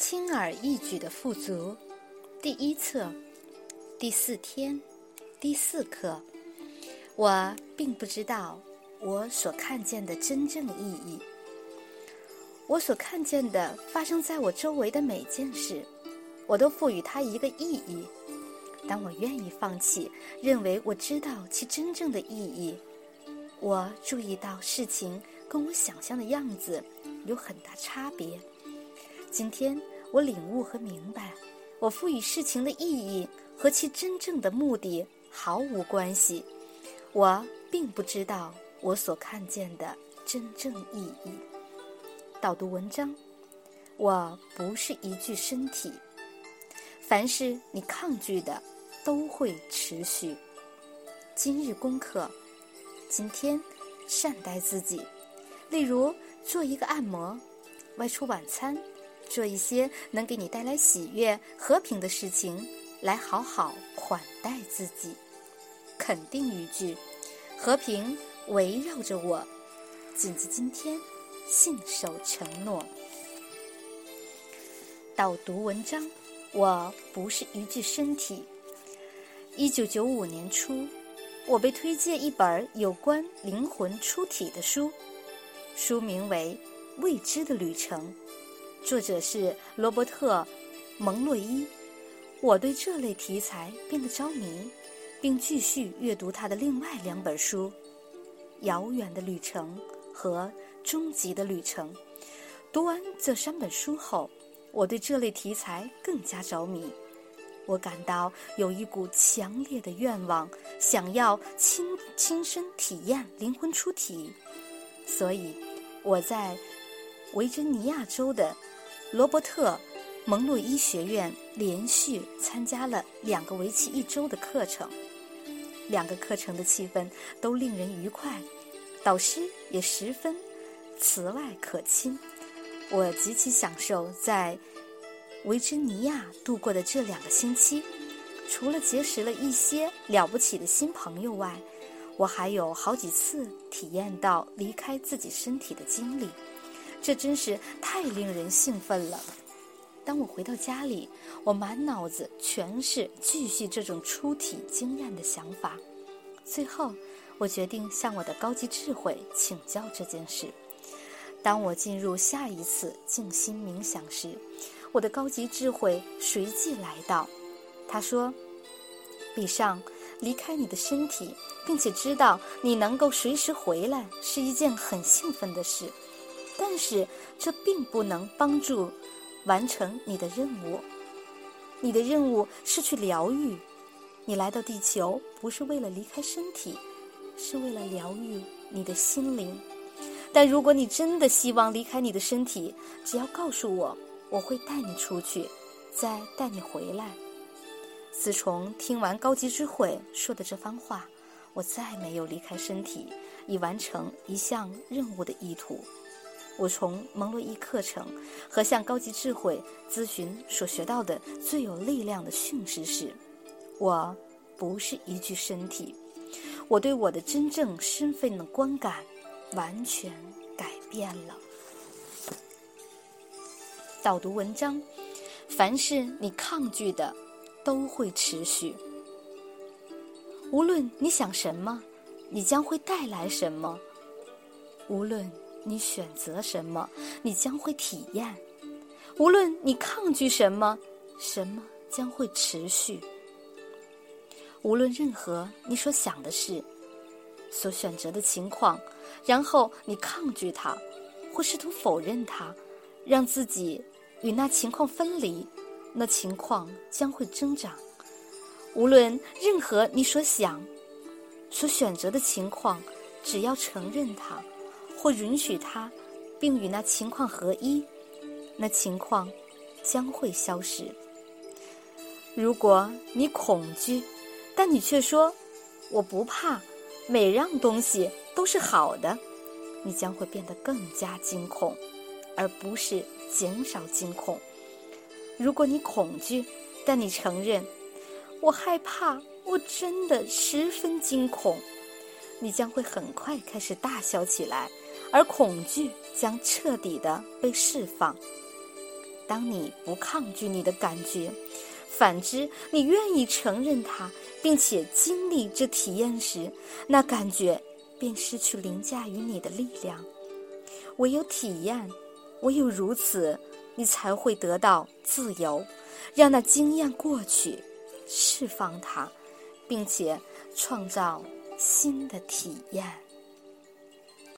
轻而易举的富足，第一册，第4天，第4课。我并不知道我所看见的真正意义。我所看见的发生在我周围的每件事，我都赋予它一个意义。当我愿意放弃认为我知道其真正的意义，我注意到事情跟我想象的样子有很大差别。今天我领悟和明白，我赋予事情的意义和其真正的目的毫无关系。我并不知道我所看见的真正意义。导读文章：我不是一具身体，凡是你抗拒的都会持续。今日功课：今天善待自己，例如做一个按摩，外出晚餐，做一些能给你带来喜悦和平的事情，来好好款待自己。肯定语句：和平围绕着我，谨记今天，信守承诺。导读文章：我不是一具身体。1995年初，我被推荐一本有关灵魂出体的书，书名为《未知的旅程》，作者是罗伯特·蒙洛伊。我对这类题材变得着迷，并继续阅读他的另外2本书《遥远的旅程》和《终极的旅程》。读完这3本书后，我对这类题材更加着迷。我感到有一股强烈的愿望，想要亲身体验灵魂出体，所以我在维珍尼亚州的罗伯特·蒙洛伊学院连续参加了2个为期1周的课程。2个课程的气氛都令人愉快，导师也十分慈爱可亲。我极其享受在维珍尼亚度过的这2个星期，除了结识了一些了不起的新朋友外，我还有好几次体验到离开自己身体的经历，这真是太令人兴奋了。当我回到家里，我满脑子全是继续这种出体经验的想法。最后，我决定向我的高级智慧请教这件事。当我进入下一次静心冥想时，我的高级智慧随即来到。他说：比上离开你的身体，并且知道你能够随时回来，是一件很兴奋的事，但是这并不能帮助完成你的任务。你的任务是去疗愈。你来到地球不是为了离开身体，是为了疗愈你的心灵。但如果你真的希望离开你的身体，只要告诉我，我会带你出去，再带你回来。自从听完高级智慧说的这番话，我再没有离开身体以完成一项任务的意图。我从蒙洛伊课程和向高级智慧咨询所学到的最有力量的讯息是：我不是一具身体。我对我的真正身份的观感完全改变了。导读文章：凡是你抗拒的都会持续。无论你想什么，你将会带来什么；无论你选择什么，你将会体验；无论你抗拒什么，什么将会持续。无论任何你所想的事，所选择的情况，然后你抗拒它，或试图否认它，让自己与那情况分离，那情况将会增长。无论任何你所想、所选择的情况，只要承认它，或允许它，并与那情况合一，那情况将会消失。如果你恐惧，但你却说我不怕，每样东西都是好的，你将会变得更加惊恐，而不是减少惊恐。如果你恐惧，但你承认我害怕，我真的十分惊恐，你将会很快开始大笑起来，而恐惧将彻底地被释放。 当你不抗拒你的感觉，反之，你愿意承认它，并且经历这体验时，那感觉便失去凌驾于你的力量。唯有体验，唯有如此，你才会得到自由，让那经验过去，释放它，并且创造新的体验。